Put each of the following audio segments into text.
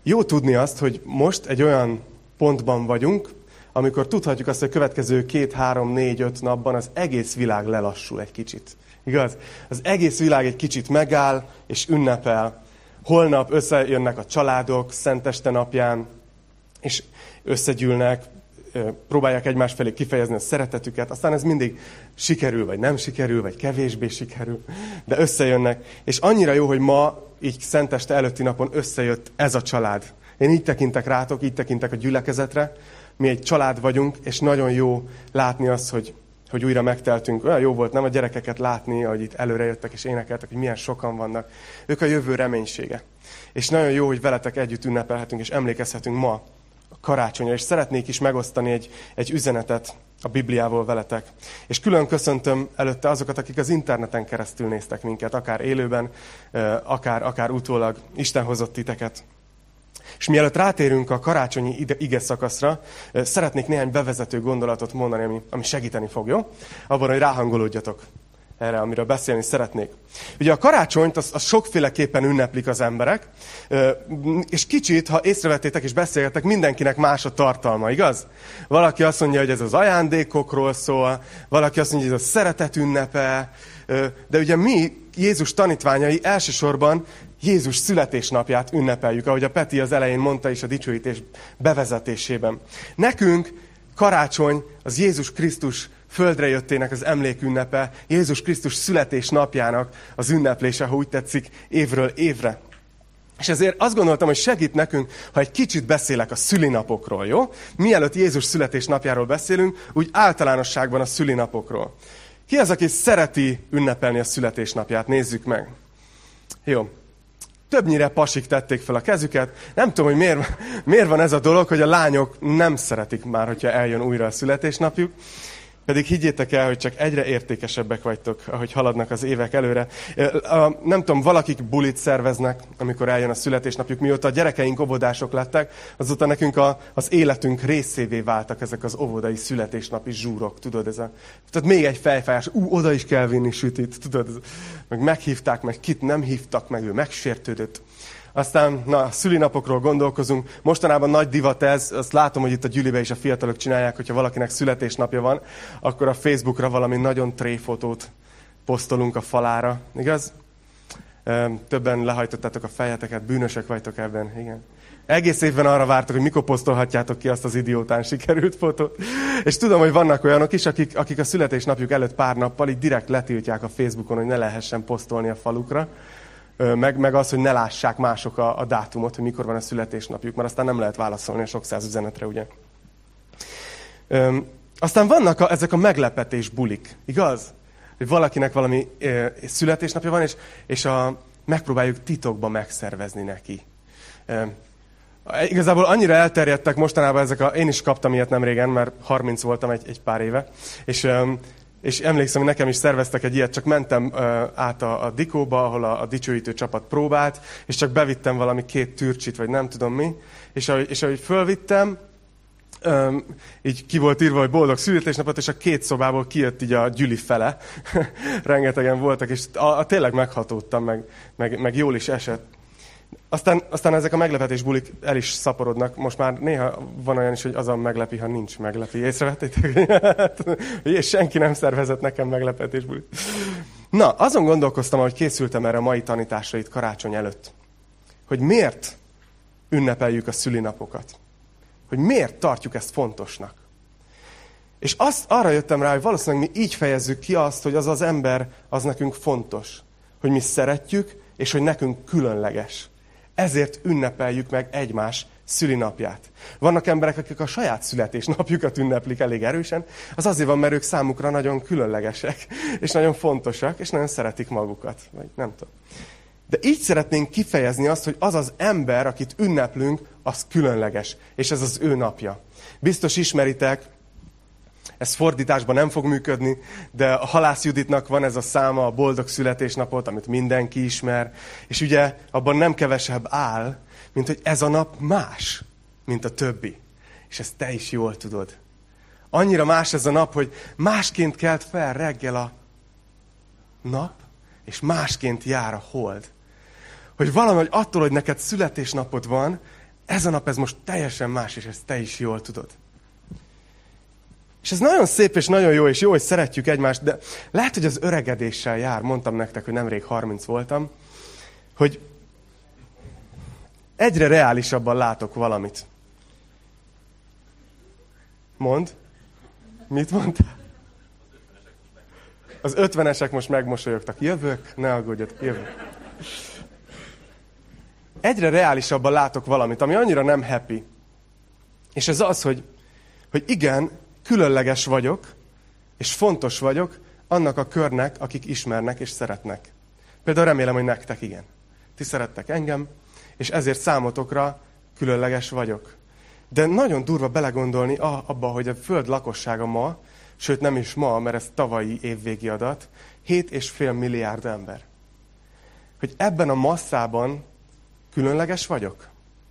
Jó tudni azt, hogy most egy olyan pontban vagyunk, amikor tudhatjuk azt, hogy a következő 2, 3, 4, 5 napban az egész világ lelassul egy kicsit. Igaz? Az egész világ egy kicsit megáll és ünnepel. Holnap összejönnek a családok Szenteste napján, és összegyűlnek, próbálják egymás felé kifejezni a szeretetüket, aztán ez mindig sikerül, vagy nem sikerül, vagy kevésbé sikerül, de összejönnek. És annyira jó, hogy ma, így Szenteste előtti napon összejött ez a család. Én így tekintek rátok, így tekintek a gyülekezetre, mi egy család vagyunk, és nagyon jó látni azt, hogy újra megteltünk. Olyan jó volt nem a gyerekeket látni, hogy itt előre jöttek és énekeltek, hogy milyen sokan vannak. Ők a jövő reménysége. És nagyon jó, hogy veletek együtt ünnepelhetünk, és emlékezhetünk ma a karácsonyra. És szeretnék is megosztani egy üzenetet a Bibliából veletek. És külön köszöntöm előtte azokat, akik az interneten keresztül néztek minket, akár élőben, akár utólag. Isten hozott titeket. És mielőtt rátérünk a karácsonyi ige szakaszra, szeretnék néhány bevezető gondolatot mondani, ami segíteni fog, jó? Abban, hogy ráhangolódjatok erre, amiről beszélni szeretnék. Ugye a karácsonyt az sokféleképpen ünneplik az emberek, és kicsit, ha észrevettétek és beszélgetek, mindenkinek más a tartalma, igaz? Valaki azt mondja, hogy ez az ajándékokról szól, valaki azt mondja, hogy ez a szeretet ünnepe, de ugye mi, Jézus tanítványai elsősorban Jézus születésnapját ünnepeljük, ahogy a Peti az elején mondta is a dicsőítés bevezetésében. Nekünk karácsony az Jézus Krisztus földre jöttének az emlékünnepe, Jézus Krisztus születésnapjának az ünneplése, ha úgy tetszik, évről évre. És ezért azt gondoltam, hogy segít nekünk, ha egy kicsit beszélek a szülinapokról, jó? Mielőtt Jézus születésnapjáról beszélünk, úgy általánosságban a szülinapokról. Ki az, aki szereti ünnepelni a születésnapját? Nézzük meg. Jó. Többnyire pasik tették fel a kezüket. Nem tudom, hogy miért van ez a dolog, hogy a lányok nem szeretik már, hogyha eljön újra a születésnapjuk. Pedig higgyétek el, hogy csak egyre értékesebbek vagytok, ahogy haladnak az évek előre. Nem tudom, valakik bulit szerveznek, amikor eljön a születésnapjuk. Mióta a gyerekeink óvodások lettek, azóta nekünk az életünk részévé váltak ezek az óvodai születésnapi zsúrok. Tudod, tehát még egy fejfájás, oda is kell vinni sütit. Tudod, meg meghívták, meg kit nem hívtak, meg ő megsértődött. Aztán, a szülinapokról gondolkozunk. Mostanában nagy divat ez, azt látom, hogy itt a gyülibe is a fiatalok csinálják, hogyha valakinek születésnapja van, akkor a Facebookra valami nagyon tréfotót posztolunk a falára, igaz? Többen lehajtottátok a fejeteket, bűnösek vagytok ebben, igen. Egész évben arra vártok, hogy mikor posztolhatjátok ki azt az idiótán sikerült fotót. És tudom, hogy vannak olyanok is, akik a születésnapjuk előtt pár nappal így direkt letiltják a Facebookon, hogy ne lehessen posztolni a falukra. Meg az, hogy ne lássák mások a dátumot, hogy mikor van a születésnapjuk, mert aztán nem lehet válaszolni a sok száz üzenetre, ugye. Aztán vannak ezek a meglepetés bulik, igaz? Hogy valakinek valami születésnapja van, és megpróbáljuk titokba megszervezni neki. Igazából annyira elterjedtek mostanában ezek én is kaptam ilyet nem régen, mert 30 voltam egy pár éve, és emlékszem, hogy nekem is szerveztek egy ilyet, csak mentem át a Dikóba, ahol a dicsőítő csapat próbált, és csak bevittem valami 2 türcsit, vagy nem tudom mi, és ahogy fölvittem, így ki volt írva, hogy boldog születésnapot, és a 2 szobából kijött így a gyüli fele. Rengetegen voltak, és tényleg meghatódtam, meg jól is esett. Aztán ezek a meglepetés bulik el is szaporodnak. Most már néha van olyan is, hogy az a meglepi, ha nincs meglepi. Észrevettétek? És senki nem szervezett nekem meglepetés bulit. Na, azon gondolkoztam, ahogy készültem erre a mai tanításra itt karácsony előtt, hogy miért ünnepeljük a szülinapokat. Hogy miért tartjuk ezt fontosnak. És arra jöttem rá, hogy valószínűleg mi így fejezzük ki azt, hogy az az ember, az nekünk fontos. Hogy mi szeretjük, és hogy nekünk különleges. Ezért ünnepeljük meg egymás szülinapját. Vannak emberek, akik a saját születésnapjukat ünneplik elég erősen, az azért van, mert ők számukra nagyon különlegesek, és nagyon fontosak, és nagyon szeretik magukat. Vagy nem tudom. De így szeretnénk kifejezni azt, hogy az az ember, akit ünneplünk, az különleges, és ez az ő napja. Biztos ismeritek, ez fordításban nem fog működni, de a Halász Juditnak van ez a száma, a boldog születésnapot, amit mindenki ismer, és ugye abban nem kevesebb áll, mint hogy ez a nap más, mint a többi. És ezt te is jól tudod. Annyira más ez a nap, hogy másként kelt fel reggel a nap, és másként jár a hold. Hogy valahogy attól, hogy neked születésnapod van, ez a nap, ez most teljesen más, és ezt te is jól tudod. És ez nagyon szép, és nagyon jó, és jó, hogy szeretjük egymást, de lehet, hogy az öregedéssel jár. Mondtam nektek, hogy nemrég 30 voltam, hogy egyre reálisabban látok valamit. Mondd. Mit mondtál? Az 50-esek most megmosolyogtak. Jövök? Ne aggódjatok, jövök. Egyre reálisabban látok valamit, ami annyira nem happy. És ez az, hogy igen, különleges vagyok, és fontos vagyok annak a körnek, akik ismernek és szeretnek. Például remélem, hogy nektek igen. Ti szerettek engem, és ezért számotokra különleges vagyok. De nagyon durva belegondolni abba, hogy a Föld lakossága ma, sőt nem is ma, mert ez tavalyi évvégi adat, 7,5 milliárd ember. Hogy ebben a masszában különleges vagyok?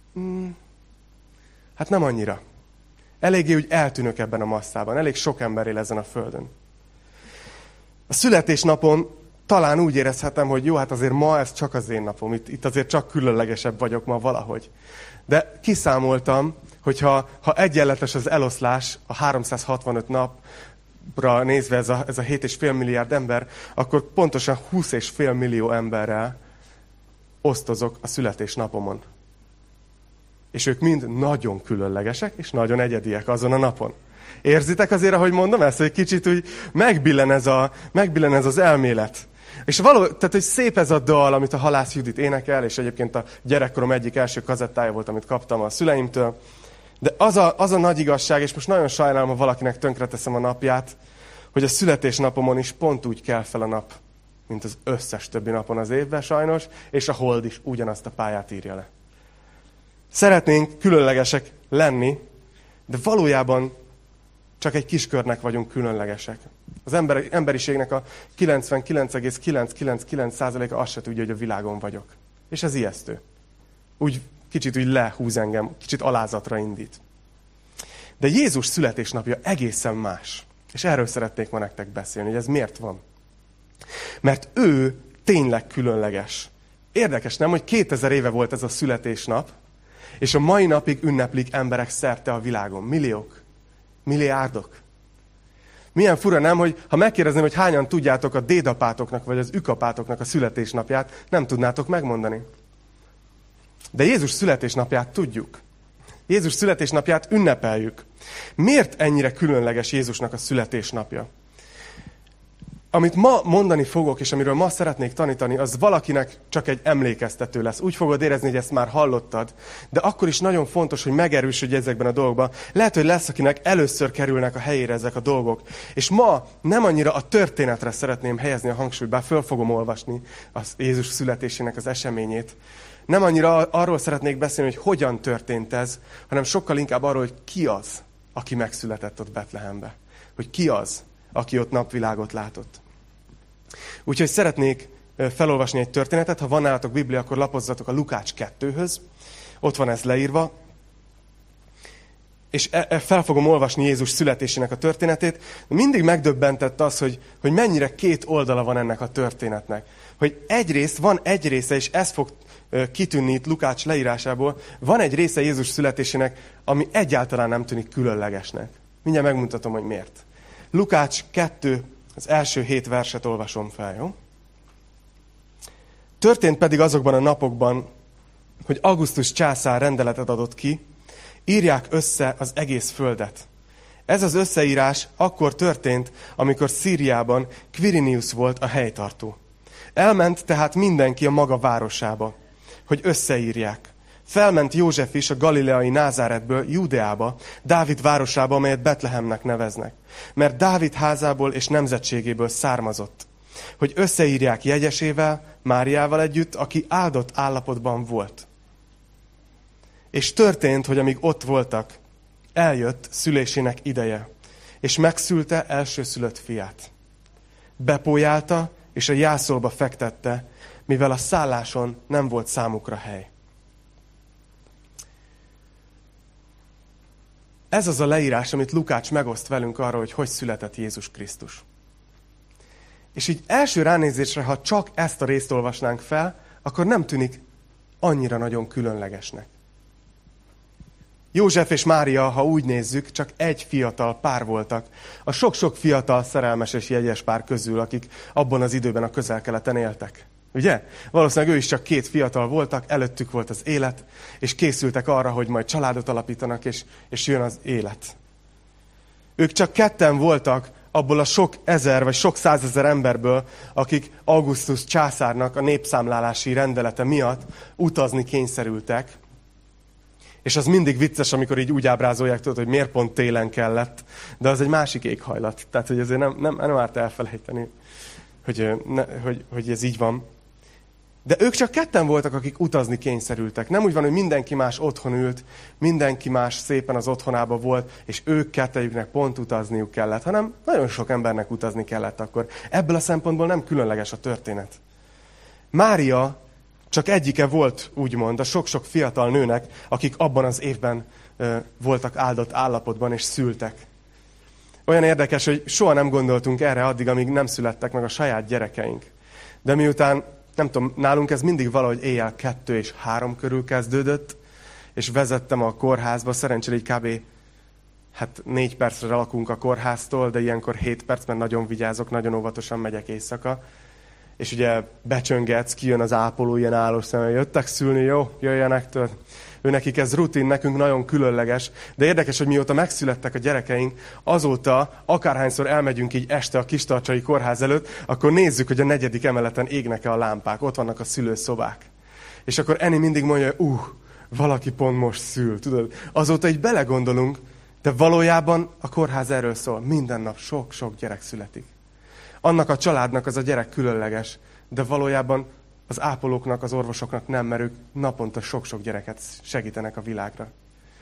Hát nem annyira. Eléggé úgy eltűnök ebben a masszában. Elég sok ember él ezen a földön. A születésnapon talán úgy érezhetem, hogy jó, hát azért ma ez csak az én napom. Itt azért csak különlegesebb vagyok ma valahogy. De kiszámoltam, hogy ha egyenletes az eloszlás a 365 napra nézve ez a 7,5 milliárd ember, akkor pontosan 20,5 millió emberrel osztozok a születésnapomon. És ők mind nagyon különlegesek, és nagyon egyediek azon a napon. Érzitek azért, ahogy mondom ezt, hogy kicsit úgy megbillen ez az elmélet. És tehát, hogy szép ez a dal, amit a Halász Judit énekel, és egyébként a gyerekkorom egyik első kazettája volt, amit kaptam a szüleimtől. De az a nagy igazság, és most nagyon sajnálom, ha valakinek tönkreteszem a napját, hogy a születésnapomon is pont úgy kell fel a nap, mint az összes többi napon az évben sajnos, és a hold is ugyanazt a pályát írja le. Szeretnénk különlegesek lenni, de valójában csak egy kis körnek vagyunk különlegesek. Az emberiségnek a 99,999%-a azt se tudja, hogy a világon vagyok. És ez ijesztő. Kicsit úgy lehúz engem, kicsit alázatra indít. De Jézus születésnapja egészen más. És erről szeretnék ma nektek beszélni, hogy ez miért van. Mert ő tényleg különleges. Érdekes, nem, hogy 2000 éve volt ez a születésnap, és a mai napig ünneplik emberek szerte a világon. Milliók, milliárdok. Milyen fura, nem, hogy ha megkérdezném, hogy hányan tudjátok a dédapátoknak, vagy az ükapátoknak a születésnapját, nem tudnátok megmondani. De Jézus születésnapját tudjuk. Jézus születésnapját ünnepeljük. Miért ennyire különleges Jézusnak a születésnapja? Amit ma mondani fogok, és amiről ma szeretnék tanítani, az valakinek csak egy emlékeztető lesz. Úgy fogod érezni, hogy ezt már hallottad, de akkor is nagyon fontos, hogy megerősödj ezekben a dolgokban. Lehet, hogy lesz, akinek először kerülnek a helyére ezek a dolgok. És ma nem annyira a történetre szeretném helyezni a hangsúlyt, bár föl fogom olvasni az Jézus születésének az eseményét. Nem annyira arról szeretnék beszélni, hogy hogyan történt ez, hanem sokkal inkább arról, hogy ki az, aki megszületett ott Betlehembe. Hogy ki az, aki ott napvilágot látott. Úgyhogy szeretnék felolvasni egy történetet. Ha van nálatok Biblia, akkor lapozzatok a Lukács 2-höz. Ott van ez leírva. És fel fogom olvasni Jézus születésének a történetét. Mindig megdöbbentett az, hogy mennyire két oldala van ennek a történetnek. Hogy egyrészt van egy része, és ez fog kitűnni itt Lukács leírásából, van egy része Jézus születésének, ami egyáltalán nem tűnik különlegesnek. Mindjárt megmutatom, hogy miért. Lukács 2, az első 7 verset olvasom fel, jó? Történt pedig azokban a napokban, hogy Augustus császár rendeletet adott ki, írják össze az egész földet. Ez az összeírás akkor történt, amikor Szíriában Quirinius volt a helytartó. Elment tehát mindenki a maga városába, hogy összeírják. Felment József is a galileai Názáretből Júdeába, Dávid városába, amelyet Betlehemnek neveznek. Mert Dávid házából és nemzetségéből származott. Hogy összeírják jegyesével, Máriával együtt, aki áldott állapotban volt. És történt, hogy amíg ott voltak, eljött szülésének ideje, és megszülte elsőszülött fiát. Bepójálta, és a jászolba fektette, mivel a szálláson nem volt számukra hely. Ez az a leírás, amit Lukács megoszt velünk arról, hogy született Jézus Krisztus. És így első ránézésre, ha csak ezt a részt olvasnánk fel, akkor nem tűnik annyira nagyon különlegesnek. József és Mária, ha úgy nézzük, csak egy fiatal pár voltak. A sok-sok fiatal, szerelmes és jegyes pár közül, akik abban az időben a Közel-Keleten éltek. Ugye? Valószínűleg ő is csak 2 fiatal voltak, előttük volt az élet, és készültek arra, hogy majd családot alapítanak, és jön az élet. Ők csak 2 voltak abból a sok ezer vagy sok százezer emberből, akik Augustus császárnak a népszámlálási rendelete miatt utazni kényszerültek. És az mindig vicces, amikor így úgy ábrázolják, tudod, hogy miért pont télen kellett, de az egy másik éghajlat. Tehát, hogy azért nem árt elfelejteni, hogy ez így van. De ők csak 2 voltak, akik utazni kényszerültek. Nem úgy van, hogy mindenki más otthon ült, mindenki más szépen az otthonába volt, és ők 2-jüknek pont utazniuk kellett, hanem nagyon sok embernek utazni kellett akkor. Ebből a szempontból nem különleges a történet. Mária csak egyike volt, úgymond, a sok-sok fiatal nőnek, akik abban az évben voltak áldott állapotban, és szültek. Olyan érdekes, hogy soha nem gondoltunk erre addig, amíg nem születtek meg a saját gyerekeink. De miután, nem tudom, nálunk ez mindig valahogy éjjel 2 és 3 körül kezdődött, és vezettem a kórházba, szerencsére így kb. 4 percre lakunk a kórháztól, de ilyenkor 7 perc, mert nagyon vigyázok, nagyon óvatosan megyek éjszaka. És ugye becsöngetsz, kijön az ápoló, ilyen állós szemmel, jöttek szülni, jó, jöjjenek tőle. Nekik ez rutin, nekünk nagyon különleges. De érdekes, hogy mióta megszülettek a gyerekeink, azóta akárhányszor elmegyünk így este a Kistarcsai kórház előtt, akkor nézzük, hogy a 4. emeleten égnek-e a lámpák, ott vannak a szülőszobák. És akkor Eni mindig mondja, hogy valaki pont most szül, tudod. Azóta így belegondolunk, de valójában a kórház erről szól. Minden nap sok-sok gyerek születik. Annak a családnak az a gyerek különleges, de valójában az ápolóknak, az orvosoknak nem, mert ők naponta sok-sok gyereket segítenek a világra.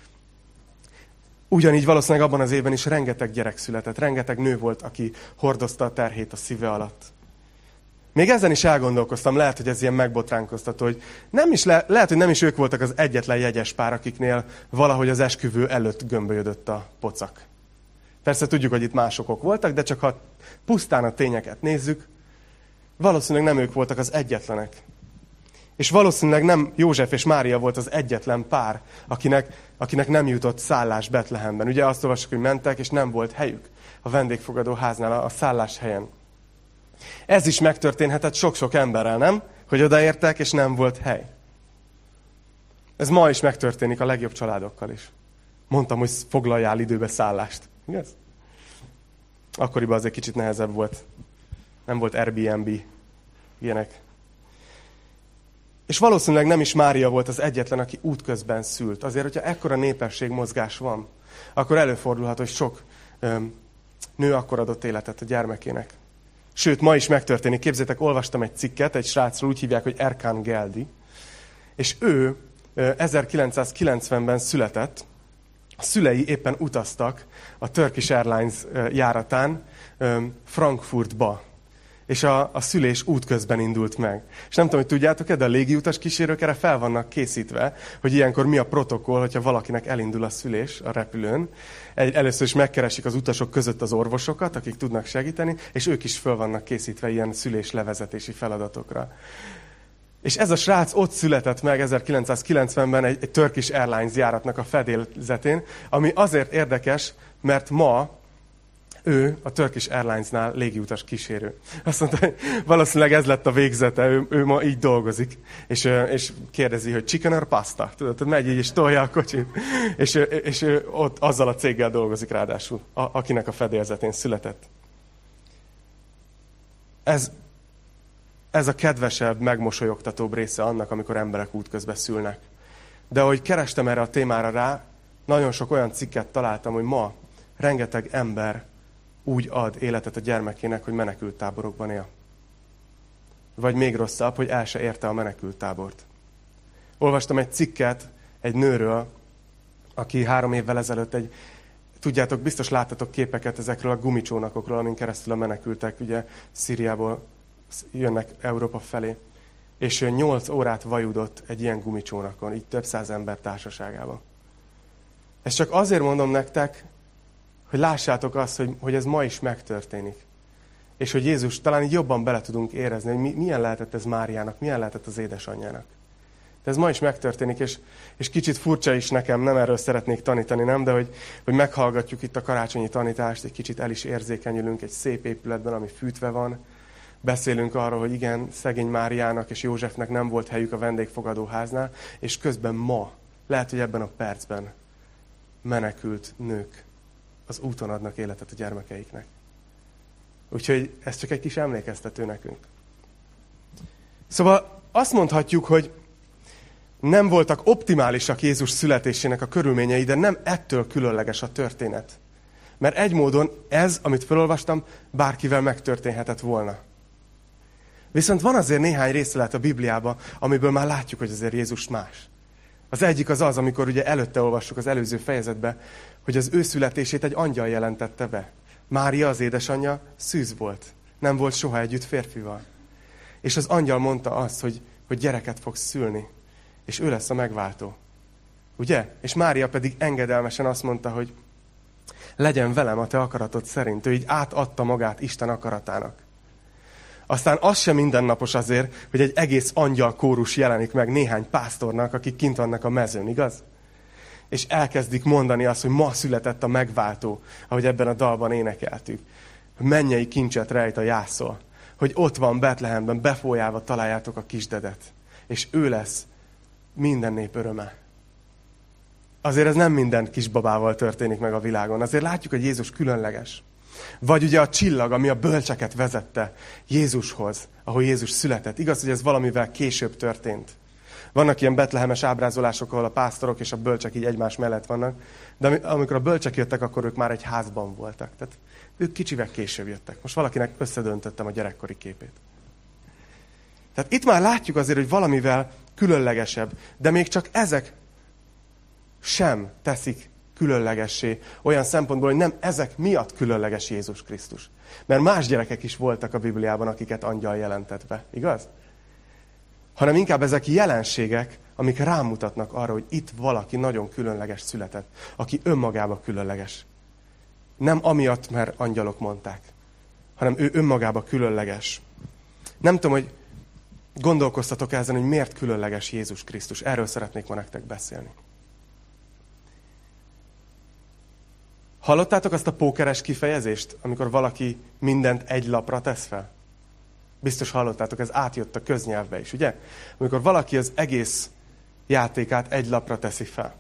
Ugyanígy valószínűleg abban az évben is rengeteg gyerek született, rengeteg nő volt, aki hordozta a terhét a szíve alatt. Még ezen is elgondolkoztam, lehet, hogy ez ilyen megbotránkoztató, hogy lehet, hogy nem is ők voltak az egyetlen jegyes pár, akiknél valahogy az esküvő előtt gömbölyödött a pocak. Persze tudjuk, hogy itt másokok voltak, de csak ha pusztán a tényeket nézzük, valószínűleg nem ők voltak az egyetlenek. És valószínűleg nem József és Mária volt az egyetlen pár, akinek nem jutott szállás Betlehemben. Ugye azt olvassuk, hogy mentek, és nem volt helyük a vendégfogadó háznál, a szálláshelyen. Ez is megtörténhetett sok-sok emberrel, nem? Hogy odaértek, és nem volt hely. Ez ma is megtörténik a legjobb családokkal is. Mondtam, hogy foglaljál időbe szállást. Igaz? Akkoriban az egy kicsit nehezebb volt. Nem volt Airbnb, ilyenek. És valószínűleg nem is Mária volt az egyetlen, aki útközben szült. Azért, hogyha ekkora népességmozgás van, akkor előfordulhat, hogy sok nő akkor adott életet a gyermekének. Sőt, ma is megtörténik. Képzeljétek, olvastam egy cikket, egy srácról, úgy hívják, hogy Erkan Geldi. És ő 1990-ben született, a szülei éppen utaztak a Turkish Airlines járatán Frankfurtba. És a szülés útközben indult meg. És nem tudom, hogy tudjátok-e, de a légiutas kísérők erre fel vannak készítve, hogy ilyenkor mi a protokoll, hogyha valakinek elindul a szülés a repülőn. Először is megkeresik az utasok között az orvosokat, akik tudnak segíteni, és ők is fel vannak készítve ilyen szüléslevezetési feladatokra. És ez a srác ott született meg 1990-ben egy Turkish Airlines járatnak a fedélzetén, ami azért érdekes, mert ma ő a Turkish Airlines-nál légiutas kísérő. Azt mondta, hogy valószínűleg ez lett a végzete, ő ma így dolgozik, és kérdezi, hogy chicken or pasta. Tudod, megy így és tolja a kocsit, és ő ott azzal a céggel dolgozik ráadásul, akinek a fedélzetén született. Ez a kedvesebb, megmosolyogtatóbb része annak, amikor emberek útközben szülnek. De ahogy kerestem erre a témára rá, nagyon sok olyan cikket találtam, hogy ma rengeteg ember úgy ad életet a gyermekének, hogy menekülttáborokban él. Vagy még rosszabb, hogy el se érte a menekülttábort. Olvastam egy cikket egy nőről, aki 3 évvel ezelőtt tudjátok, biztos láttatok képeket ezekről a gumicsónakokról, amin keresztül a menekültek, ugye Szíriából jönnek Európa felé. És ő 8 órát vajudott egy ilyen gumicsónakon, így több száz ember társaságában. Ezt csak azért mondom nektek, hogy lássátok azt, hogy ez ma is megtörténik. És hogy Jézus, talán így jobban bele tudunk érezni, hogy milyen lehetett ez Máriának, milyen lehetett az édesanyjának. De ez ma is megtörténik, és kicsit furcsa is nekem, nem erről szeretnék tanítani, nem? De hogy meghallgatjuk itt a karácsonyi tanítást, egy kicsit el is érzékenyülünk egy szép épületben, ami fűtve van. Beszélünk arról, hogy igen, szegény Máriának és Józsefnek nem volt helyük a vendégfogadóháznál, és közben ma, lehet, hogy ebben a percben menekült nők az úton adnak életet a gyermekeiknek. Úgyhogy ez csak egy kis emlékeztető nekünk. Szóval azt mondhatjuk, hogy nem voltak optimálisak Jézus születésének a körülményei, de nem ettől különleges a történet. Mert egy módon ez, amit felolvastam, bárkivel megtörténhetett volna. Viszont van azért néhány részlet a Bibliában, amiből már látjuk, hogy azért Jézus más. Az egyik az, amikor ugye előtte olvassuk az előző fejezetbe, hogy az ő születését egy angyal jelentette be. Mária, az édesanyja, szűz volt. Nem volt soha együtt férfival. És az angyal mondta azt, hogy gyereket fogsz szülni, és ő lesz a megváltó. Ugye? És Mária pedig engedelmesen azt mondta, hogy legyen velem a te akaratod szerint. Ő így átadta magát Isten akaratának. Aztán az sem mindennapos azért, hogy egy egész angyal kórus jelenik meg néhány pásztornak, akik kint vannak a mezőn, igaz? És elkezdik mondani azt, hogy ma született a megváltó, ahogy ebben a dalban énekeltük. Mennyei kincset rejt a jászol. Hogy ott van Betlehemben, befolyálva találjátok a kisdedet. És ő lesz minden nép öröme. Azért ez nem minden kisbabával történik meg a világon. Azért látjuk, hogy Jézus különleges. Vagy ugye a csillag, ami a bölcseket vezette Jézushoz, ahol Jézus született. Igaz, hogy ez valamivel később történt. Vannak ilyen betlehemes ábrázolások, ahol a pásztorok és a bölcsek így egymás mellett vannak, de amikor a bölcsek jöttek, akkor ők már egy házban voltak. Tehát ők kicsivel később jöttek. Most valakinek összedöntöttem a gyerekkori képét. Tehát itt már látjuk azért, hogy valamivel különlegesebb, de még csak ezek sem teszik különlegessé, olyan szempontból, hogy nem ezek miatt különleges Jézus Krisztus. Mert más gyerekek is voltak a Bibliában, akiket angyal jelentett be, igaz? Hanem inkább ezek jelenségek, amik rámutatnak arra, hogy itt valaki nagyon különleges született, aki önmagába különleges. Nem amiatt, mert angyalok mondták, hanem ő önmagába különleges. Nem tudom, hogy gondolkoztatok ezen, hogy miért különleges Jézus Krisztus. Erről szeretnék ma nektek beszélni. Hallottátok azt a pókeres kifejezést, amikor valaki mindent egy lapra tesz fel? Biztos hallottátok, ez átjött a köznyelvbe is, ugye? Amikor valaki az egész játékát egy lapra teszi fel.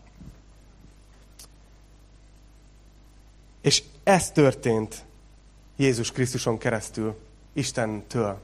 És ez történt Jézus Krisztuson keresztül, Istentől.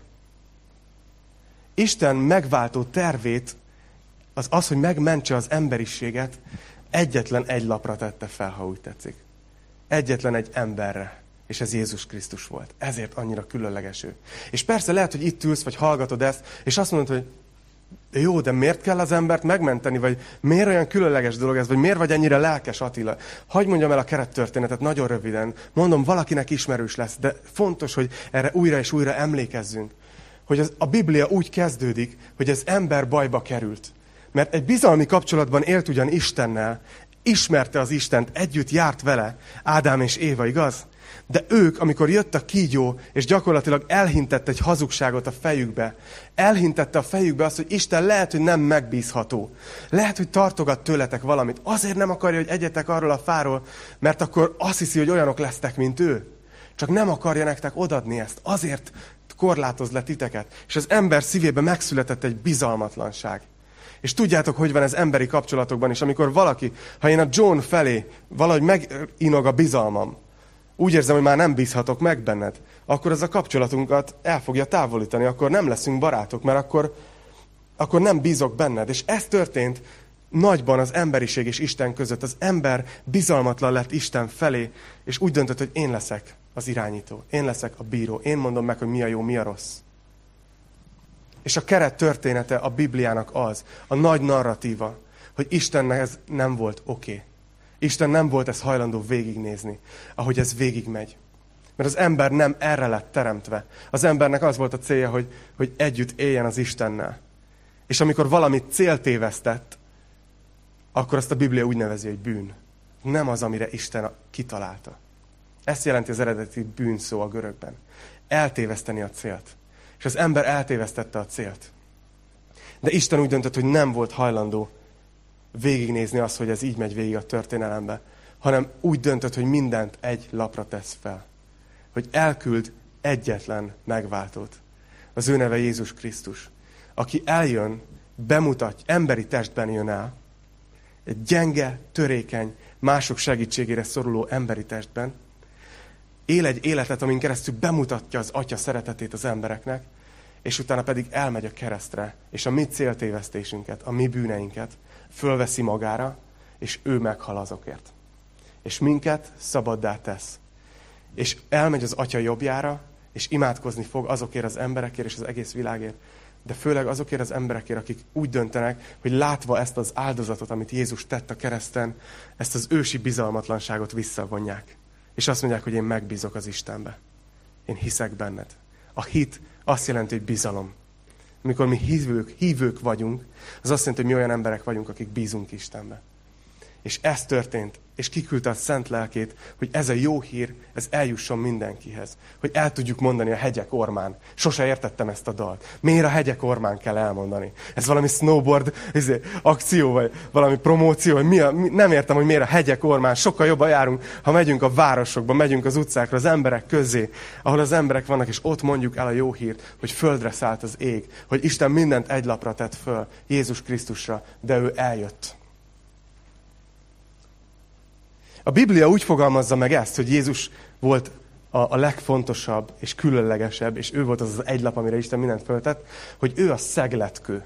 Isten megváltó tervét, az, hogy megmentse az emberiséget, egyetlen egy lapra tette fel, ha úgy tetszik. Egyetlen egy emberre. És ez Jézus Krisztus volt. Ezért annyira különleges ő. És persze lehet, hogy itt ülsz, vagy hallgatod ezt, és azt mondod, hogy jó, de miért kell az embert megmenteni, vagy miért olyan különleges dolog ez, vagy miért vagy ennyire lelkes, Attila? Hadd mondjam el a kerettörténetet nagyon röviden. Mondom, valakinek ismerős lesz, de fontos, hogy erre újra és újra emlékezzünk. Hogy a Biblia úgy kezdődik, hogy az ember bajba került. Mert egy bizalmi kapcsolatban élt ugyan Istennel, ismerte az Istent, együtt járt vele, Ádám és Éva, igaz? De ők, amikor jött a kígyó, és gyakorlatilag elhintett egy hazugságot a fejükbe, elhintette a fejükbe azt, hogy Isten lehet, hogy nem megbízható. Lehet, hogy tartogat tőletek valamit. Azért nem akarja, hogy egyetek arról a fáról, mert akkor azt hiszi, hogy olyanok lesztek, mint ő. Csak nem akarja nektek odadni ezt. Azért korlátoz le titeket. És az ember szívében megszületett egy bizalmatlanság. És tudjátok, hogy van ez emberi kapcsolatokban is, amikor valaki, ha én a John felé valahogy meginog a bizalmam, úgy érzem, hogy már nem bízhatok meg benned, akkor ez a kapcsolatunkat el fogja távolítani, akkor nem leszünk barátok, mert akkor nem bízok benned. És ez történt nagyban az emberiség és Isten között. Az ember bizalmatlan lett Isten felé, és úgy döntött, hogy én leszek az irányító, én leszek a bíró, én mondom meg, hogy mi a jó, mi a rossz. És a keret története a Bibliának az, a nagy narratíva, hogy Istennek ez nem volt oké. Isten nem volt ezt hajlandó végignézni, ahogy ez végigmegy. Mert az ember nem erre lett teremtve. Az embernek az volt a célja, hogy együtt éljen az Istennel. És amikor valamit céltévesztett, akkor azt a Biblia úgy nevezi, hogy bűn. Nem az, amire Isten kitalálta. Ezt jelenti az eredeti bűn szó a görögben. Eltéveszteni a célt. És az ember eltévesztette a célt. De Isten úgy döntött, hogy nem volt hajlandó végignézni azt, hogy ez így megy végig a történelembe, hanem úgy döntött, hogy mindent egy lapra tesz fel. Hogy elküld egyetlen megváltót. Az ő neve Jézus Krisztus. Aki eljön, bemutat, emberi testben jön el, egy gyenge, törékeny, mások segítségére szoruló emberi testben, él egy életet, amin keresztül bemutatja az Atya szeretetét az embereknek, és utána pedig elmegy a keresztre, és a mi céltévesztésünket, a mi bűneinket fölveszi magára, és ő meghal azokért. És minket szabaddá tesz. És elmegy az Atya jobbjára, és imádkozni fog azokért az emberekért és az egész világért, de főleg azokért az emberekért, akik úgy döntenek, hogy látva ezt az áldozatot, amit Jézus tett a kereszten, ezt az ősi bizalmatlanságot visszavonják. És azt mondják, hogy én megbízok az Istenbe. Én hiszek benned. A hit azt jelenti, hogy bizalom. Amikor mi hívők vagyunk, az azt jelenti, hogy mi olyan emberek vagyunk, akik bízunk Istenbe. És ez történt, és kiküldte a Szent Lelkét, hogy ez a jó hír, ez eljusson mindenkihez. Hogy el tudjuk mondani a hegyek ormán. Sose értettem ezt a dalt. Miért a hegyek ormán kell elmondani? Ez valami snowboard akció, vagy valami promóció, vagy nem értem, hogy miért a hegyek ormán. Sokkal jobban járunk, ha megyünk a városokba, megyünk az utcákra, az emberek közé, ahol az emberek vannak, és ott mondjuk el a jó hírt, hogy földre szállt az ég, hogy Isten mindent egy lapra tett föl, Jézus Krisztusra, de ő eljött. A Biblia úgy fogalmazza meg ezt, hogy Jézus volt a legfontosabb és különlegesebb, és ő volt az az egy lap, amire Isten mindent föltett, hogy ő a szegletkő.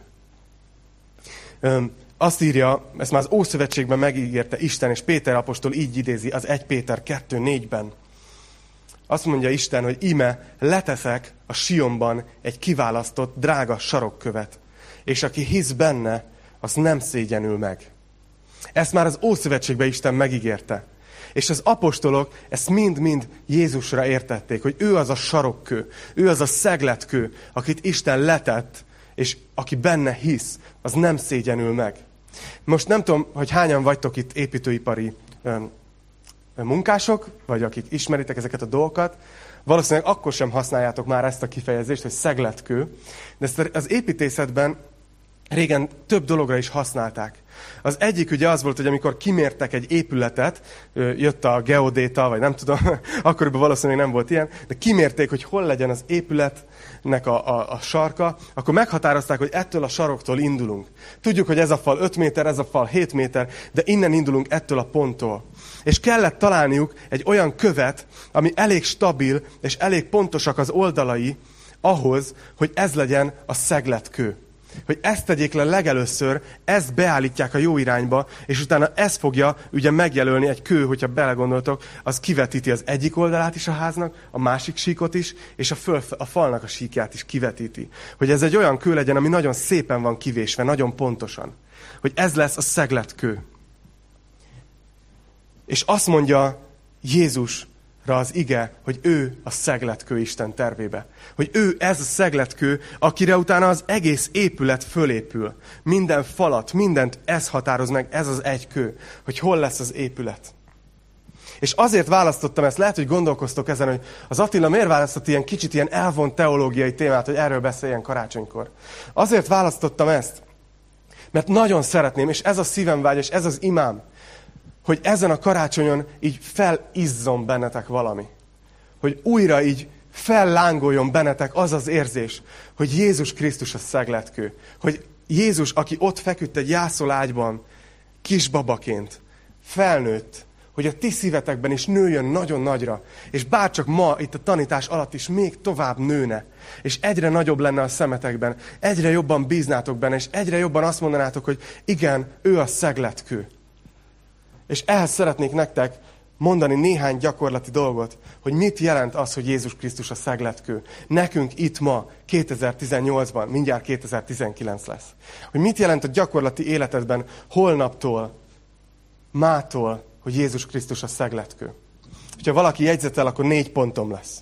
Azt írja, ezt már az Ószövetségben megígérte Isten, és Péter apostol így idézi az 1 Péter 2:4-ben. Azt mondja Isten, hogy íme leteszek a Sionban egy kiválasztott, drága sarokkövet, és aki hisz benne, az nem szégyenül meg. Ezt már az Ószövetségben Isten megígérte. És az apostolok ezt mind-mind Jézusra értették, hogy ő az a sarokkő, ő az a szegletkő, akit Isten letett, és aki benne hisz, az nem szégyenül meg. Most nem tudom, hogy hányan vagytok itt építőipari munkások, vagy akik ismeritek ezeket a dolgokat, valószínűleg akkor sem használjátok már ezt a kifejezést, hogy szegletkő, de ezt az építészetben régen több dologra is használták. Az egyik ugye az volt, hogy amikor kimértek egy épületet, jött a geodéta, vagy nem tudom, akkoriban valószínűleg nem volt ilyen, de kimérték, hogy hol legyen az épületnek a sarka, akkor meghatározták, hogy ettől a saroktól indulunk. Tudjuk, hogy ez a fal 5 méter, ez a fal 7 méter, de innen indulunk ettől a ponttól. És kellett találniuk egy olyan követ, ami elég stabil, és elég pontosak az oldalai ahhoz, hogy ez legyen a szegletkő. Hogy ezt tegyék le legelőször, ezt beállítják a jó irányba, és utána ez fogja ugye megjelölni egy kő, hogyha belegondoltok, az kivetíti az egyik oldalát is a háznak, a másik síkot is, és a falnak a síkját is kivetíti. Hogy ez egy olyan kő legyen, ami nagyon szépen van kivésve, nagyon pontosan. Hogy ez lesz a szegletkő. És azt mondja Jézusra az ige, hogy ő a szegletkő Isten tervébe. Hogy ő ez a szegletkő, akire utána az egész épület fölépül. Minden falat, mindent ez határoz meg, ez az egy kő, hogy hol lesz az épület. És azért választottam ezt, lehet, hogy gondolkoztok ezen, hogy az Attila miért választott ilyen kicsit ilyen elvont teológiai témát, hogy erről beszéljen karácsonykor. Azért választottam ezt, mert nagyon szeretném, és ez a szívem vágy, és ez az imám, hogy ezen a karácsonyon így felizzon bennetek valami. Hogy újra így fellángoljon bennetek az az érzés, hogy Jézus Krisztus a szegletkő. Hogy Jézus, aki ott feküdt egy jászólágyban, kisbabaként, felnőtt, hogy a ti szívetekben is nőjön nagyon nagyra, és bárcsak ma itt a tanítás alatt is még tovább nőne, és egyre nagyobb lenne a szemetekben, egyre jobban bíznátok benne, és egyre jobban azt mondanátok, hogy igen, ő a szegletkő. És ehhez szeretnék nektek mondani néhány gyakorlati dolgot, hogy mit jelent az, hogy Jézus Krisztus a szegletkő. Nekünk itt ma, 2018-ban, mindjárt 2019 lesz. Hogy mit jelent a gyakorlati életedben holnaptól, mától, hogy Jézus Krisztus a szegletkő. Ha valaki jegyzetel, akkor 4 pontom lesz.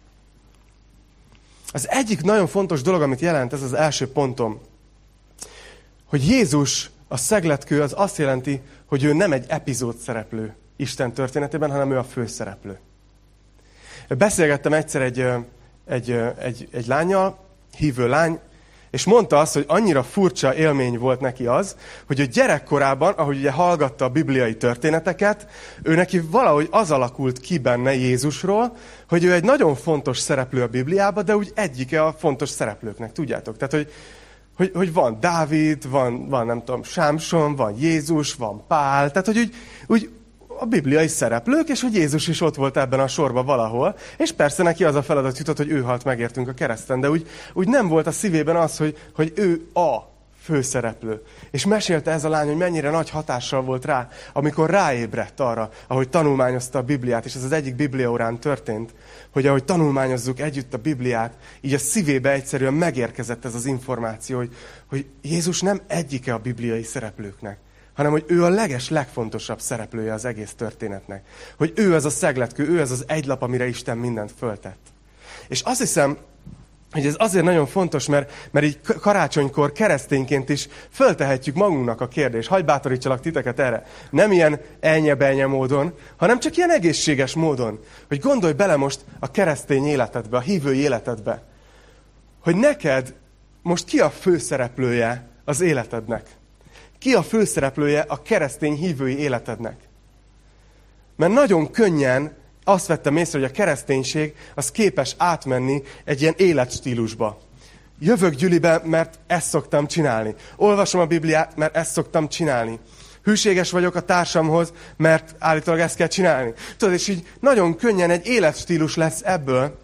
Az egyik nagyon fontos dolog, amit jelent, ez az első pontom, hogy Jézus a szegletkő az azt jelenti, hogy ő nem egy epizód szereplő Isten történetében, hanem ő a főszereplő. Beszélgettem egyszer egy lánnyal, hívő lány, És mondta azt, hogy annyira furcsa élmény volt neki az, hogy a gyerekkorában, ahogy ugye hallgatta a bibliai történeteket, ő neki valahogy az alakult ki benne Jézusról, hogy ő egy nagyon fontos szereplő a Bibliában, de úgy egyike a fontos szereplőknek, tudjátok? Tehát, hogy van Dávid, van nem tudom, Sámson, van Jézus, van Pál, tehát, hogy úgy a bibliai szereplők, és hogy Jézus is ott volt ebben a sorban valahol, és persze neki az a feladat jutott, hogy ő halt megértünk a kereszten, de úgy nem volt a szívében az, hogy ő a főszereplő. És mesélte ez a lány, hogy mennyire nagy hatással volt rá, amikor ráébredt arra, ahogy tanulmányozta a Bibliát, és ez az egyik bibliaórán történt, hogy ahogy tanulmányozzuk együtt a Bibliát, így a szívébe egyszerűen megérkezett ez az információ, hogy Jézus nem egyike a bibliai szereplőknek, hanem hogy ő a legfontosabb szereplője az egész történetnek. Hogy ő az a szegletkő, ő az az egy lap, amire Isten mindent föltett. És azt hiszem, hogy ez azért nagyon fontos, mert így karácsonykor keresztényként is föltehetjük magunknak a kérdést. Hadd bátorítsalak titeket erre. Nem ilyen elnye-belnye módon, hanem csak ilyen egészséges módon. Hogy gondolj bele most a keresztény életedbe, a hívői életedbe. Hogy neked most ki a főszereplője az életednek? Ki a főszereplője a keresztény hívői életednek? Mert nagyon könnyen azt vettem észre, hogy a kereszténység az képes átmenni egy ilyen életstílusba. Jövök gyülibe, mert ezt szoktam csinálni. Olvasom a Bibliát, mert ezt szoktam csinálni. Hűséges vagyok a társamhoz, mert állítólag ezt kell csinálni. Tudod, és így nagyon könnyen egy életstílus lesz ebből.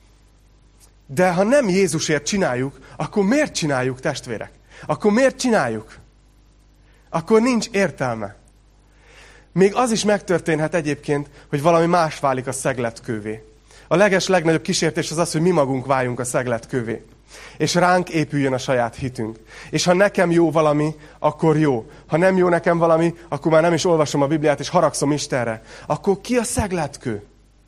De ha nem Jézusért csináljuk, akkor miért csináljuk, testvérek? Akkor miért csináljuk? Akkor nincs értelme. Még az is megtörténhet egyébként, hogy valami más válik a szegletkővé. A legnagyobb kísértés az az, hogy mi magunk váljunk a szegletkővé. És ránk épüljön a saját hitünk. És ha nekem jó valami, akkor jó. Ha nem jó nekem valami, akkor már nem is olvasom a Bibliát, és haragszom Istenre. Akkor ki a szegletkő?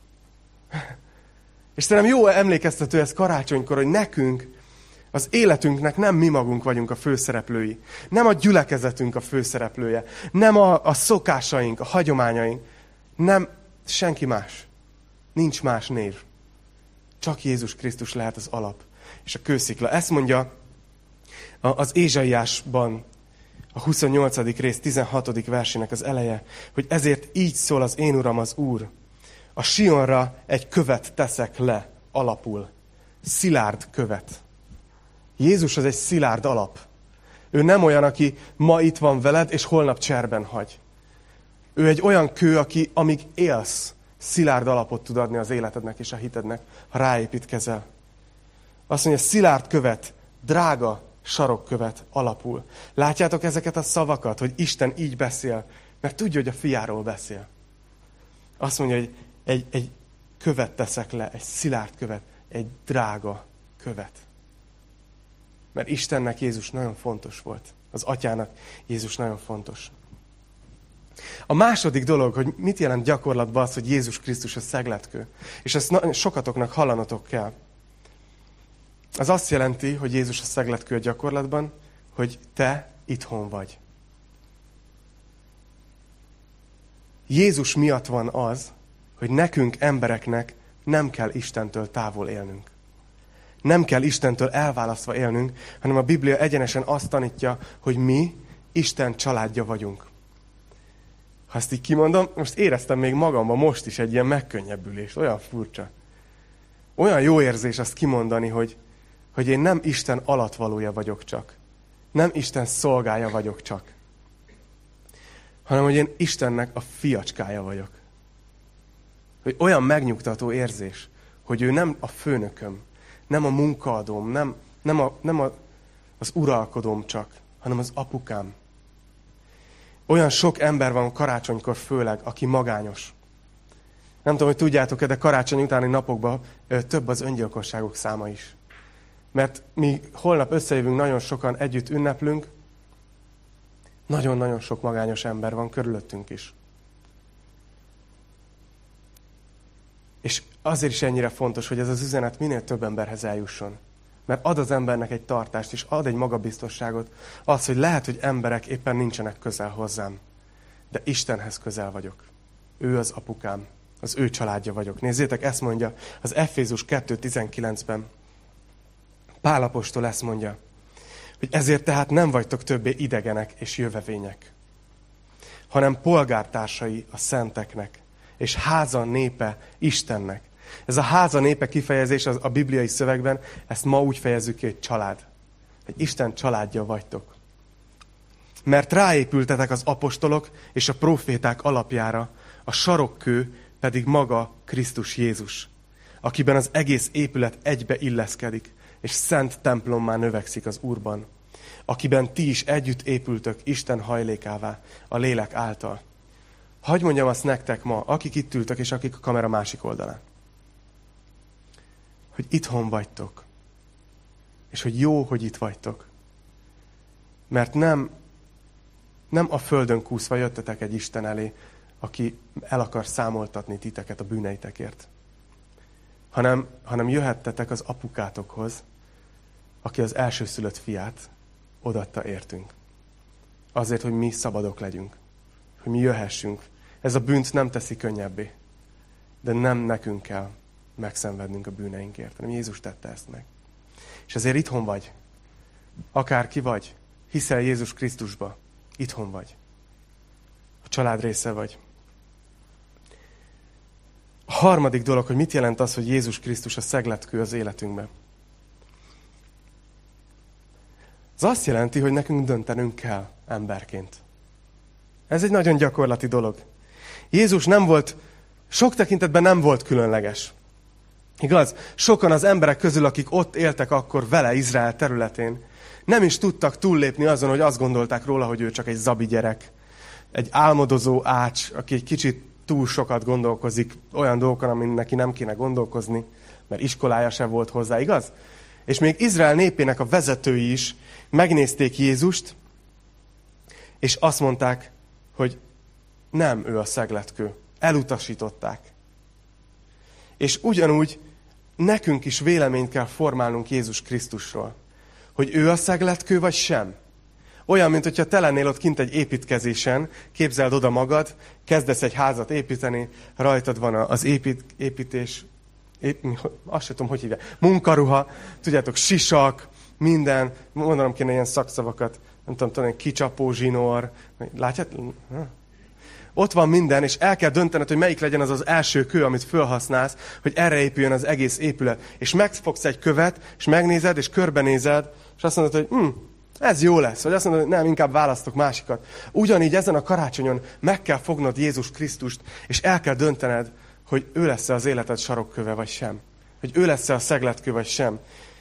És szerintem jó emlékeztető ez karácsonykor, hogy nekünk, az életünknek nem mi magunk vagyunk a főszereplői. Nem a gyülekezetünk a főszereplője. Nem a szokásaink, a hagyományaink. Nem senki más. Nincs más név. Csak Jézus Krisztus lehet az alap és a kőszikla. Ezt mondja az Ézsaiásban, a 28. rész 16. versének az eleje, hogy ezért így szól az én Uram, az Úr. A Sionra egy követ teszek le alapul. Szilárd követ. Jézus az egy szilárd alap. Ő nem olyan, aki ma itt van veled, és holnap cserben hagy. Ő egy olyan kő, aki amíg élsz, szilárd alapot tud adni az életednek és a hitednek, ha ráépítkezel. Azt mondja, szilárd követ, drága sarokkövet alapul. Látjátok ezeket a szavakat, hogy Isten így beszél, mert tudja, hogy a fiáról beszél. Azt mondja, hogy egy követ teszek le, egy szilárd követ, egy drága követ. Mert Istennek Jézus nagyon fontos volt. Az Atyának Jézus nagyon fontos. A második dolog, hogy mit jelent gyakorlatban az, hogy Jézus Krisztus a szegletkő. És ezt sokatoknak hallanotok kell. Az azt jelenti, hogy Jézus a szegletkő a gyakorlatban, hogy te itthon vagy. Jézus miatt van az, hogy nekünk embereknek nem kell Istentől távol élnünk. Nem kell Istentől elválasztva élnünk, hanem a Biblia egyenesen azt tanítja, hogy mi Isten családja vagyunk. Ha ezt így kimondom, most éreztem még magamban most is egy ilyen megkönnyebbülést, olyan furcsa. Olyan jó érzés azt kimondani, hogy én nem Isten alattvalója vagyok csak. Nem Isten szolgája vagyok csak. Hanem, hogy én Istennek a fiacskája vagyok. Hogy olyan megnyugtató érzés, hogy ő nem a főnököm, nem a munkaadóm, nem az uralkodóm csak, hanem az apukám. Olyan sok ember van karácsonykor főleg, aki magányos. Nem tudom, hogy tudjátok-e, de karácsony utáni napokban több az öngyilkosságok száma is. Mert mi holnap összejövünk, nagyon sokan együtt ünneplünk, nagyon-nagyon sok magányos ember van körülöttünk is. És azért is ennyire fontos, hogy ez az üzenet minél több emberhez eljusson. Mert ad az embernek egy tartást, és ad egy magabiztosságot, az, hogy lehet, hogy emberek éppen nincsenek közel hozzám. De Istenhez közel vagyok. Ő az apukám, az ő családja vagyok. Nézzétek, ezt mondja az Efézus 2.19-ben. Pál apostol ezt mondja. hogy ezért tehát nem vagytok többé idegenek és jövevények, hanem polgártársai a szenteknek, és háza népe Istennek. Ez a háza népe kifejezés a bibliai szövegben, ezt ma úgy fejezzük ki, hogy család. Hogy Isten családja vagytok. Mert ráépültetek az apostolok és a próféták alapjára, a sarokkő pedig maga Krisztus Jézus, akiben az egész épület egybe illeszkedik, és szent templommá növekszik az Úrban, akiben ti is együtt épültök Isten hajlékává, a lélek által. Hadd mondjam azt nektek ma, akik itt ültök, és akik a kamera másik oldalán, hogy itthon vagytok, és hogy jó, hogy itt vagytok. Mert nem a földön kúszva jöttetek egy Isten elé, aki el akar számoltatni titeket a bűneitekért, hanem jöhettetek az apukátokhoz, aki az elsőszülött fiát odaadta értünk. Azért, hogy mi szabadok legyünk, hogy mi jöhessünk. Ez a bűnt nem teszi könnyebbé, de nem nekünk kell megszenvednünk a bűneinkért, hanem Jézus tette ezt meg. És ezért itthon vagy, akárki vagy, hiszel Jézus Krisztusba, itthon vagy. A család része vagy. A harmadik dolog, hogy mit jelent az, hogy Jézus Krisztus a szegletkő az életünkben. Ez azt jelenti, hogy nekünk döntenünk kell emberként. Ez egy nagyon gyakorlati dolog. Jézus sok tekintetben nem volt különleges. Igaz? Sokan az emberek közül, akik ott éltek akkor vele Izrael területén, nem is tudtak túllépni azon, hogy azt gondolták róla, hogy ő csak egy zabi gyerek, egy álmodozó ács, aki egy kicsit túl sokat gondolkozik olyan dolgokon, amin neki nem kéne gondolkozni, mert iskolája sem volt hozzá, igaz? És még Izrael népének a vezetői is megnézték Jézust, és azt mondták, hogy nem ő a szegletkő. Elutasították. És ugyanúgy nekünk is véleményt kell formálnunk Jézus Krisztusról. Hogy ő a szegletkő, vagy sem. Olyan, mint hogyha te lennél ott kint egy építkezésen, képzeld oda magad, kezdesz egy házat építeni, rajtad van az építés, azt sem tudom, hogy hívják, munkaruha, tudjátok, sisak, minden, mondanom kéne ilyen szakszavakat, nem tudom, kicsapó zsinór, látjátok? Ott van minden, és el kell döntened, hogy melyik legyen az az első kő, amit felhasználsz, hogy erre épüljön az egész épület. És megfogsz egy követ, és megnézed, és körbenézed, és azt mondod, hogy ez jó lesz. Vagy azt mondod, hogy nem, inkább választok másikat. Ugyanígy ezen a karácsonyon meg kell fognod Jézus Krisztust, és el kell döntened, hogy ő lesz-e az életed sarokköve, vagy sem. Hogy ő lesz-e a szegletkő, vagy sem.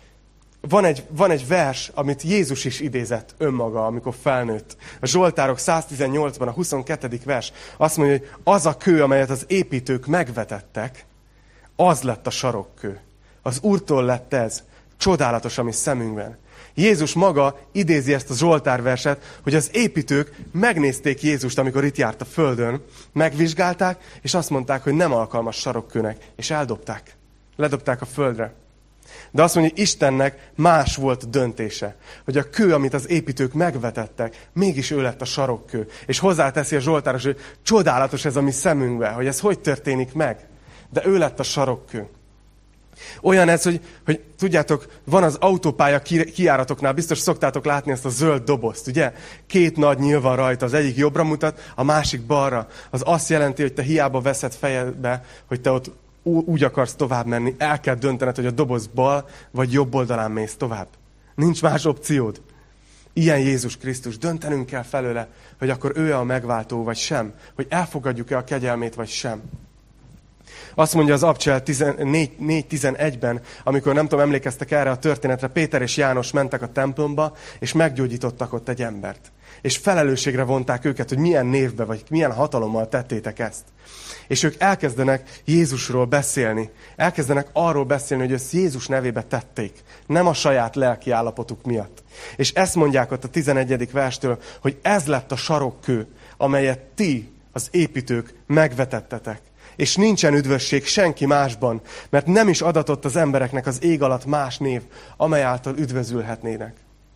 Van egy vers, amit Jézus is idézett önmaga, amikor felnőtt. A Zsoltárok 118-ban, a 22. vers azt mondja, hogy az a kő, amelyet az építők megvetettek, az lett a sarokkő. Az Úrtól lett ez. Csodálatos a mi szemünkben. Jézus maga idézi ezt a Zsoltár verset, hogy az építők megnézték Jézust, amikor itt járt a földön, megvizsgálták, és azt mondták, hogy nem alkalmas sarokkőnek, és eldobták. Ledobták a földre. De azt mondja, hogy Istennek más volt döntése, hogy a kő, amit az építők megvetettek, mégis ő lett a sarokkő. És hozzáteszi a Zsoltáros, hogy csodálatos ez a mi szemünkbe, hogy ez hogy történik meg. De ő lett a sarokkő. Olyan ez, hogy tudjátok, van az autópálya kijáratoknál, biztos szoktátok látni ezt a zöld dobozt, ugye? 2 nagy nyíl van rajta, az egyik jobbra mutat, a másik balra. Az azt jelenti, hogy te hiába veszed fejedbe, hogy te ott úgy akarsz tovább menni, el kell döntened, hogy a doboz bal vagy jobb oldalán mész tovább. Nincs más opciód. Ilyen Jézus Krisztus. Döntenünk kell felőle, hogy akkor ő a megváltó, vagy sem. Hogy elfogadjuk-e a kegyelmét, vagy sem. Azt mondja az Abcsel 4.11-ben, amikor nem tudom, emlékeztek erre a történetre, Péter és János mentek a templomba, és meggyógyítottak ott egy embert. És felelősségre vonták őket, hogy milyen névbe, vagy milyen hatalommal tettétek ezt. És ők elkezdenek Jézusról beszélni. Elkezdenek arról beszélni, hogy ezt Jézus nevébe tették. Nem a saját lelki állapotuk miatt. És ezt mondják ott a 11. verstől, hogy ez lett a sarokkő, amelyet ti, az építők, megvetettetek. És nincsen üdvösség senki másban, mert nem is adatott az embereknek az ég alatt más név, amely által üdvözülhetnének.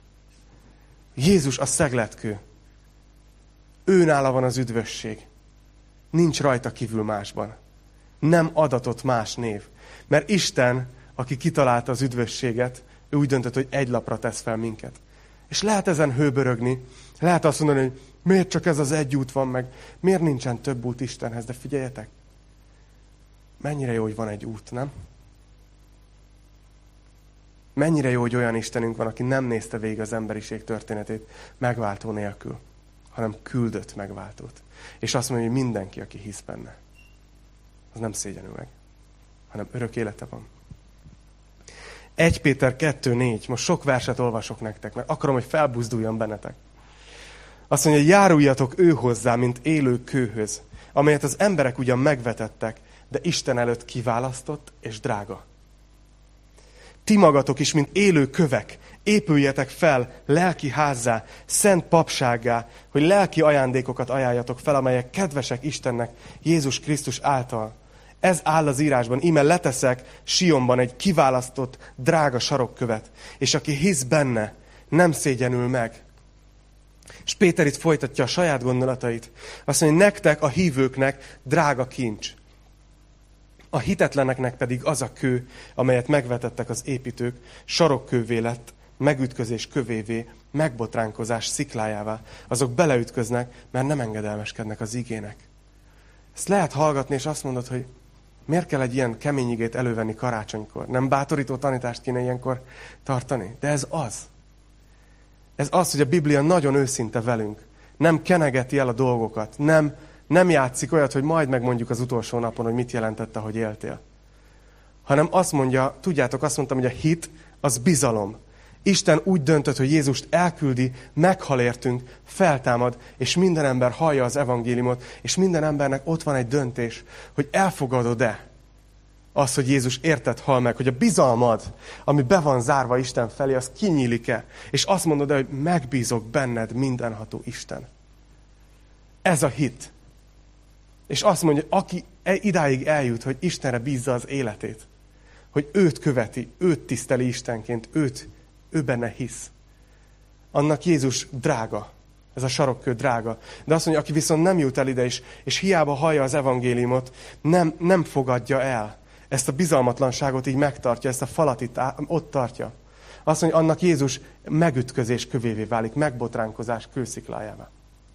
Jézus a szegletkő. Őnála van az üdvösség. Nincs rajta kívül másban. Nem adatott más név. Mert Isten, aki kitalálta az üdvösséget, ő úgy döntött, hogy egy lapra tesz fel minket. És lehet ezen hőbörögni, lehet azt mondani, hogy miért csak ez az egy út van meg, miért nincsen több út Istenhez, de figyeljetek, mennyire jó, hogy van egy út, nem? Mennyire jó, hogy olyan Istenünk van, aki nem nézte végig az emberiség történetét megváltó nélkül, hanem küldött megváltót. És azt mondja, hogy mindenki, aki hisz benne, az nem szégyenül meg, hanem örök élete van. 1 Péter 2:4, most sok verset olvasok nektek, mert akarom, hogy felbuzduljon bennetek. Azt mondja, hogy járuljatok ő hozzá, mint élő kőhöz, amelyet az emberek ugyan megvetettek, de Isten előtt kiválasztott és drága. Ti magatok is, mint élő kövek, épüljetek fel lelki házzá, szent papsággá, hogy lelki ajándékokat ajánljatok fel, amelyek kedvesek Istennek Jézus Krisztus által. Ez áll az írásban, íme leteszek Sionban egy kiválasztott, drága sarokkövet, és aki hisz benne, nem szégyenül meg. És Péter itt folytatja a saját gondolatait. Azt mondja, hogy nektek, a hívőknek drága kincs. A hitetleneknek pedig az a kő, amelyet megvetettek az építők, sarokkővé lett, megütközés kövévé, megbotránkozás sziklájává. Azok beleütköznek, mert nem engedelmeskednek az igének. Ezt lehet hallgatni, és azt mondod, hogy miért kell egy ilyen kemény igét elővenni karácsonykor? Nem bátorító tanítást kéne ilyenkor tartani? De ez az. Ez az, hogy a Biblia nagyon őszinte velünk. Nem kenegeti el a dolgokat. Nem játszik olyat, hogy majd megmondjuk az utolsó napon, hogy mit jelentette, hogy éltél. Hanem azt mondja, tudjátok, azt mondtam, hogy a hit az bizalom. Isten úgy döntött, hogy Jézust elküldi, meghal értünk, feltámad, és minden ember hallja az evangéliumot, és minden embernek ott van egy döntés, hogy elfogadod-e az, hogy Jézus érted hal meg, hogy a bizalmad, ami be van zárva Isten felé, az kinyílik-e, és azt mondod hogy megbízok benned mindenható Isten. Ez a hit. És azt mondja, aki idáig eljut, hogy Istenre bízza az életét, hogy őt követi, őt tiszteli Istenként, ő benne hisz. Annak Jézus drága. Ez a sarokkő drága. De azt mondja, aki viszont nem jut el ide is, és hiába hallja az evangéliumot, nem fogadja el. Ezt a bizalmatlanságot így megtartja, ezt a falat itt ott tartja. Azt mondja, annak Jézus megütközés kövévé válik, megbotránkozás kősziklájává.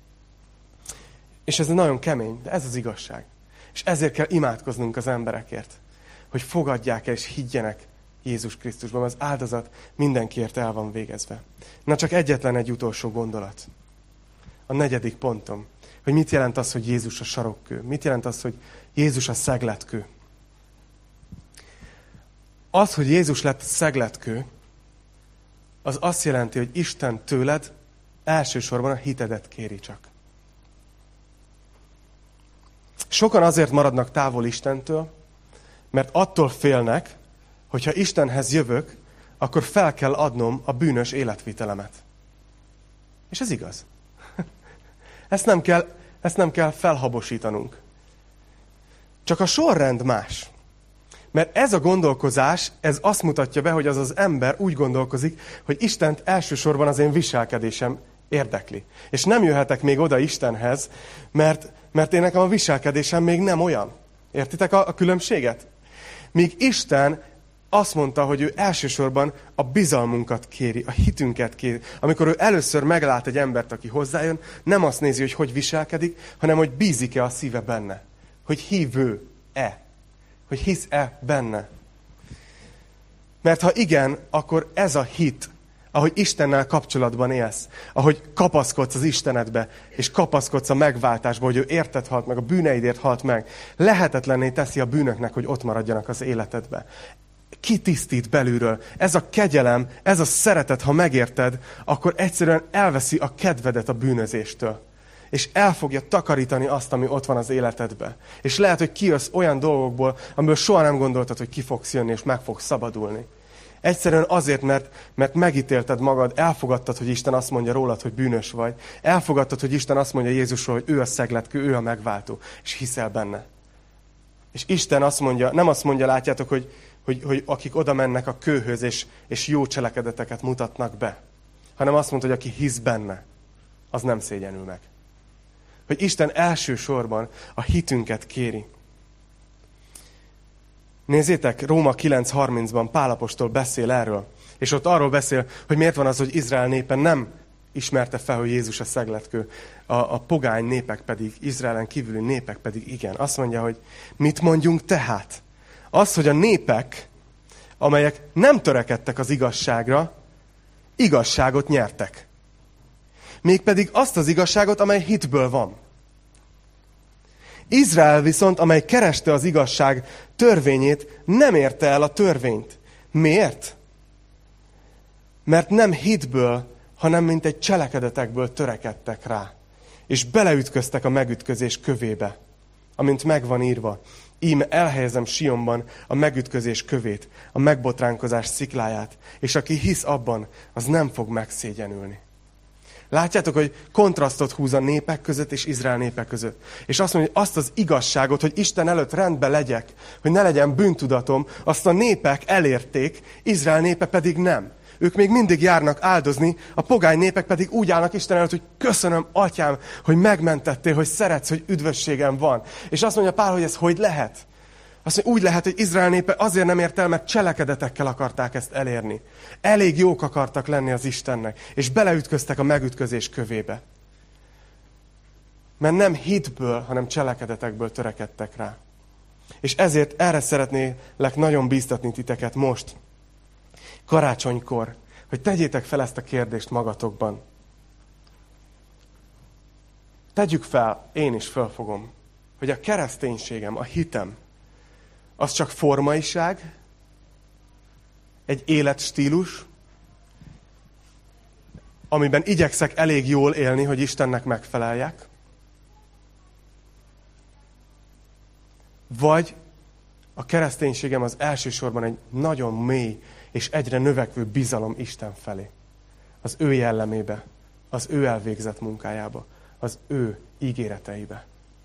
És ez nagyon kemény, de ez az igazság. És ezért kell imádkoznunk az emberekért, hogy fogadják el és higgyenek Jézus Krisztusban. Az áldozat mindenkiért el van végezve. Na csak egyetlen egy utolsó gondolat. A 4. pontom, hogy mit jelent az, hogy Jézus a sarokkő? Mit jelent az, hogy Jézus a szegletkő? Az, hogy Jézus lett szegletkő, az azt jelenti, hogy Isten tőled elsősorban a hitedet kéri csak. Sokan azért maradnak távol Istentől, mert attól félnek, hogyha Istenhez jövök, akkor fel kell adnom a bűnös életvitelemet. És ez igaz. Ezt nem kell felhabosítanunk. Csak a sorrend más. Mert ez a gondolkozás, ez azt mutatja be, hogy az az ember úgy gondolkozik, hogy Istent elsősorban az én viselkedésem érdekli. És nem jöhetek még oda Istenhez, mert én nekem a viselkedésem még nem olyan. Értitek a különbséget? Míg Isten azt mondta, hogy ő elsősorban a bizalmunkat kéri, a hitünket kéri. Amikor ő először meglát egy embert, aki hozzájön, nem azt nézi, hogy viselkedik, hanem hogy bízik-e a szíve benne. Hogy hívő-e. Hogy hisz-e benne. Mert ha igen, akkor ez a hit, ahogy Istennel kapcsolatban élsz, ahogy kapaszkodsz az Istenedbe, és kapaszkodsz a megváltásba, hogy ő érted halt meg, a bűneidért halt meg, lehetetlenné teszi a bűnöknek, hogy ott maradjanak az életedbe. Kitisztít belülről. Ez a kegyelem, ez a szeretet, ha megérted, akkor egyszerűen elveszi a kedvedet a bűnözéstől. És el fogja takarítani azt, ami ott van az életedbe. És lehet, hogy kijössz olyan dolgokból, amiből soha nem gondoltad, hogy ki fogsz jönni, és meg fogsz szabadulni. Egyszerűen azért, mert megítélted magad, elfogadtad, hogy Isten azt mondja rólad, hogy bűnös vagy. Elfogadtad, hogy Isten azt mondja Jézusról, hogy ő a szegletkő, ő a megváltó. És hiszel benne. És Isten azt mondja, nem azt mondja, látjátok, hogy akik oda mennek a kőhöz, és jó cselekedeteket mutatnak be. Hanem azt mondja, hogy aki hisz benne, az nem szégyenül meg. Hogy Isten elsősorban a hitünket kéri. Nézzétek, Róma 9.30-ban Pál apostol beszél erről. És ott arról beszél, hogy miért van az, hogy Izrael népe nem ismerte fel, hogy Jézus a szegletkő. A pogány népek pedig, Izraelen kívüli népek pedig igen. Azt mondja, hogy mit mondjunk tehát? Az, hogy a népek, amelyek nem törekedtek az igazságra, igazságot nyertek. Mégpedig azt az igazságot, amely hitből van. Izrael viszont, amely kereste az igazság törvényét, nem érte el a törvényt. Miért? Mert nem hitből, hanem mint egy cselekedetekből törekedtek rá. És beleütköztek a megütközés kövébe, amint megvan írva. Íme elhelyezem Sionban a megütközés kövét, a megbotránkozás szikláját, és aki hisz abban, az nem fog megszégyenülni. Látjátok, hogy kontrasztot húz a népek között és Izrael népek között. És azt mondja, hogy azt az igazságot, hogy Isten előtt rendben legyek, hogy ne legyen bűntudatom, azt a népek elérték, Izrael népe pedig nem. Ők még mindig járnak áldozni, a pogány népek pedig úgy állnak Isten előtt, hogy köszönöm, Atyám, hogy megmentettél, hogy szeretsz, hogy üdvösségem van. És azt mondja Pál, hogy ez hogy lehet? Azt mondja, úgy lehet, hogy Izrael népe azért nem ért el, mert cselekedetekkel akarták ezt elérni. Elég jók akartak lenni az Istennek, és beleütköztek a megütközés kövébe. Mert nem hitből, hanem cselekedetekből törekedtek rá. És ezért erre szeretnélek nagyon bíztatni titeket most, karácsonykor, hogy tegyétek fel ezt a kérdést magatokban. Tegyük fel, én is felfogom, hogy a kereszténységem, a hitem, az csak formaiság, egy életstílus, amiben igyekszek elég jól élni, hogy Istennek megfeleljek, vagy a kereszténységem az elsősorban egy nagyon mély és egyre növekvő bizalom Isten felé. Az ő jellemébe, az ő elvégzett munkájába, az ő ígéreteibe.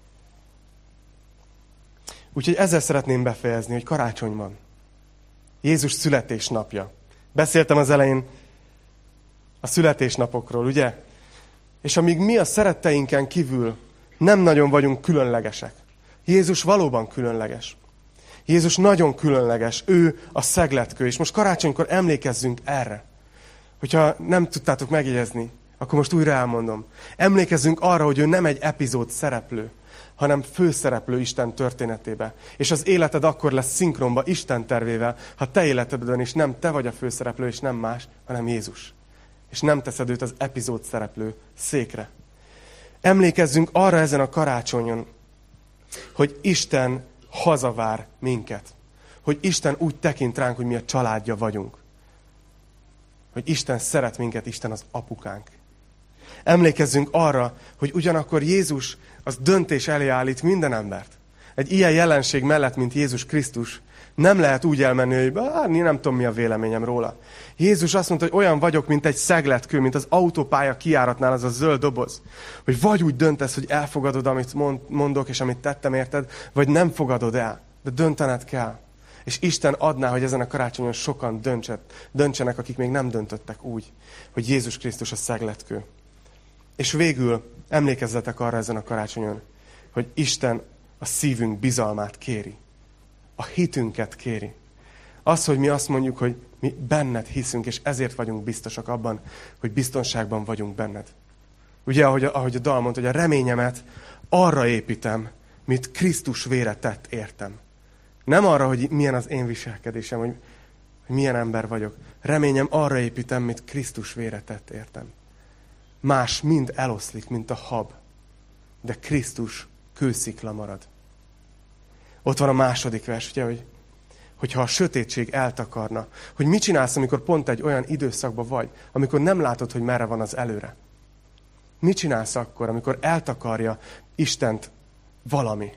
Úgyhogy ezzel szeretném befejezni, hogy karácsony van. Jézus születésnapja. Beszéltem az elején a születésnapokról, ugye? És amíg mi a szeretteinken kívül nem nagyon vagyunk különlegesek. Jézus valóban különleges. Jézus nagyon különleges. Ő a szegletkő. És most karácsonykor emlékezzünk erre. Hogyha nem tudtátok megjegyezni, akkor most újra elmondom. Emlékezzünk arra, hogy ő nem egy epizód szereplő, hanem főszereplő Isten történetébe. És az életed akkor lesz szinkronba Isten tervével, ha te életedben is nem te vagy a főszereplő, és nem más, hanem Jézus. És nem teszed őt az epizód szereplő székre. Emlékezzünk arra ezen a karácsonyon, hogy Isten hazavár minket. Hogy Isten úgy tekint ránk, hogy mi a családja vagyunk. Hogy Isten szeret minket, Isten az apukánk. Emlékezzünk arra, hogy ugyanakkor Jézus az döntés elé állít minden embert. Egy ilyen jelenség mellett, mint Jézus Krisztus, nem lehet úgy elmenni, hogy nem tudom, mi a véleményem róla. Jézus azt mondta, hogy olyan vagyok, mint egy szegletkő, mint az autópálya kijáratnál az a zöld doboz. Hogy vagy úgy döntesz, hogy elfogadod, amit mondok, és amit tettem érted, vagy nem fogadod el. De döntened kell. És Isten adná, hogy ezen a karácsonyon sokan döntsenek, akik még nem döntöttek úgy, hogy Jézus Krisztus a szegletkő. És végül emlékezzetek arra ezen a karácsonyon, hogy Isten a szívünk bizalmát kéri. A hitünket kéri. Az, hogy mi azt mondjuk, hogy mi benned hiszünk, és ezért vagyunk biztosak abban, hogy biztonságban vagyunk benned. Ugye, ahogy a dal mondta, hogy a reményemet arra építem, mit Krisztus vére tett értem. Nem arra, hogy milyen az én viselkedésem, hogy milyen ember vagyok. Reményem arra építem, mit Krisztus vére tett értem. Más mind eloszlik, mint a hab, de Krisztus kőszikla marad. Ott van a második vers, ugye, hogyha a sötétség eltakarna, hogy mit csinálsz, amikor pont egy olyan időszakban vagy, amikor nem látod, hogy merre van az előre. Mit csinálsz akkor, amikor eltakarja Istent valami?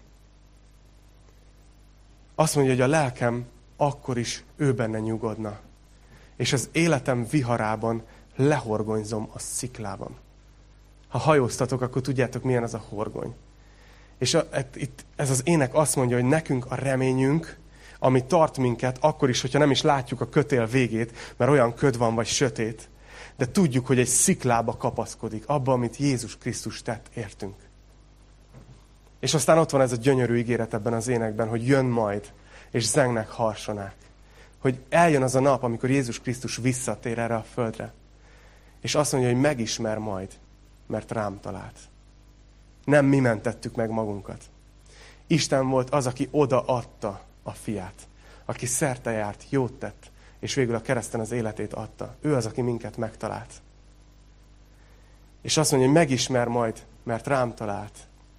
Azt mondja, hogy a lelkem akkor is ő benne nyugodna. És az életem viharában lehorgonyzom a sziklában. Ha hajóztatok, akkor tudjátok, milyen az a horgony. És ez az ének azt mondja, hogy nekünk a reményünk, ami tart minket, akkor is, hogyha nem is látjuk a kötél végét, mert olyan köd van, vagy sötét, de tudjuk, hogy egy sziklába kapaszkodik, abba, amit Jézus Krisztus tett értünk. És aztán ott van ez a gyönyörű ígéret ebben az énekben, hogy jön majd, és zengnek harsonák. hogy eljön az a nap, amikor Jézus Krisztus visszatér erre a földre. És azt mondja, hogy megismer majd, mert rám talált. Nem mi mentettük meg magunkat. Isten volt az, aki odaadta a fiát, aki szerte járt, jót tett, és végül a kereszten az életét adta. Ő az, aki minket megtalált. És azt mondja, hogy megismer majd, mert rám talált.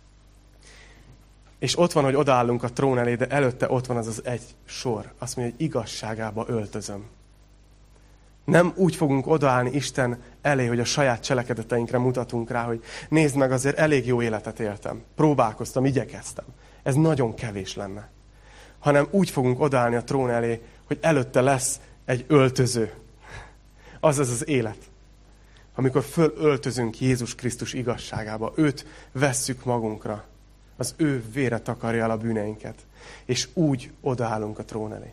És ott van, hogy odaállunk a trón elé, de előtte ott van az egy sor. Azt mondja, hogy igazságába öltözöm. Nem úgy fogunk odaállni Isten elé, hogy a saját cselekedeteinkre mutatunk rá, hogy nézd meg, azért elég jó életet éltem. Próbálkoztam, igyekeztem. Ez nagyon kevés lenne. Hanem úgy fogunk odaállni a trón elé, hogy előtte lesz egy öltöző. Azaz az élet. Amikor fölöltözünk Jézus Krisztus igazságába, őt vesszük magunkra. Az ő vére takarja el a bűneinket. És úgy odaállunk a trón elé.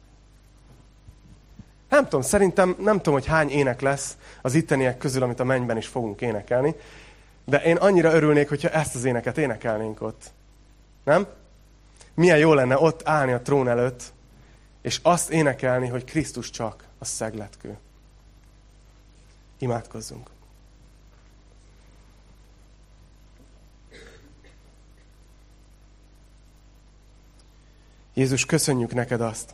Nem tudom, szerintem nem tudom, hogy hány ének lesz az itteniek közül, amit a mennyben is fogunk énekelni, de én annyira örülnék, hogyha ezt az éneket énekelnénk ott. Nem? Milyen jó lenne ott állni a trón előtt, és azt énekelni, hogy Krisztus csak a szegletkő. Imádkozzunk. Jézus, köszönjük neked azt,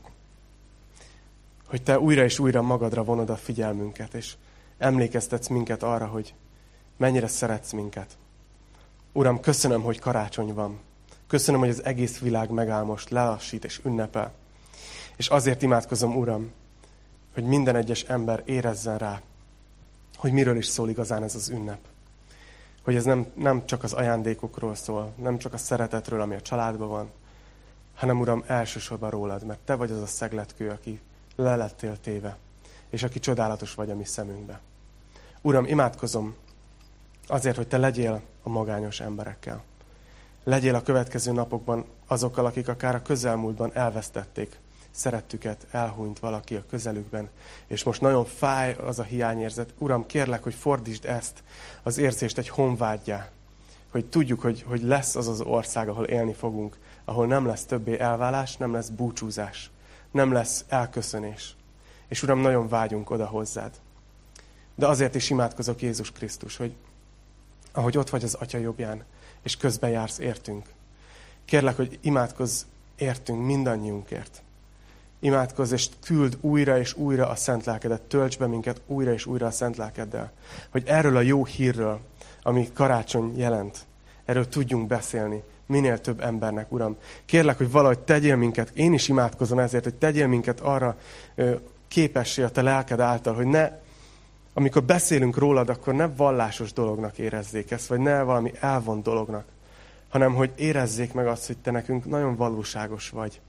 hogy te újra és újra magadra vonod a figyelmünket, és emlékeztetsz minket arra, hogy mennyire szeretsz minket. Uram, köszönöm, hogy karácsony van. Köszönöm, hogy az egész világ megáll most, lelassít és ünnepel. És azért imádkozom, Uram, hogy minden egyes ember érezzen rá, hogy miről is szól igazán ez az ünnep. Hogy ez nem csak az ajándékokról szól, nem csak a szeretetről, ami a családban van, hanem, Uram, elsősorban rólad, mert te vagy az a szegletkő, aki le lettél téve, és aki csodálatos vagy a mi szemünkbe. Uram, imádkozom azért, hogy te legyél a magányos emberekkel. Legyél a következő napokban azokkal, akik akár a közelmúltban elvesztették szerettüket, elhunyt valaki a közelükben, és most nagyon fáj az a hiányérzet. Uram, kérlek, hogy fordítsd ezt az érzést egy honvágyjá, hogy tudjuk, hogy lesz az az ország, ahol élni fogunk, ahol nem lesz többé elválás, nem lesz búcsúzás, nem lesz elköszönés. És Uram, nagyon vágyunk oda hozzád. De azért is imádkozok, Jézus Krisztus, hogy ahogy ott vagy az Atya jobbján, és közben jársz értünk. Kérlek, hogy imádkozz értünk mindannyiunkért. Imádkozz és küld újra és újra a szent lelkedet, tölts be minket újra és újra a szent lelkeddel. Hogy erről a jó hírről, ami karácsony jelent, erről tudjunk beszélni minél több embernek, Uram. Kérlek, hogy valahogy tegyél minket, én is imádkozom ezért, hogy tegyél minket arra képessé a te lelked által, hogy ne, amikor beszélünk rólad, akkor ne vallásos dolognak érezzék ezt, vagy ne valami elvont dolognak, hanem hogy érezzék meg azt, hogy te nekünk nagyon valóságos vagy.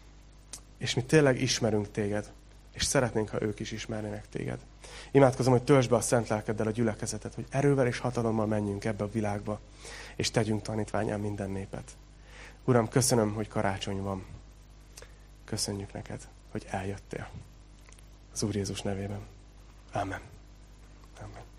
És mi tényleg ismerünk téged, és szeretnénk, ha ők is ismernének téged. Imádkozom, hogy töltsd be a szent lelkeddel a gyülekezetet, hogy erővel és hatalommal menjünk ebbe a világba, és tegyünk tanítvánnyá minden népet. Uram, köszönöm, hogy karácsony van. Köszönjük neked, hogy eljöttél. Az Úr Jézus nevében. Amen. Amen.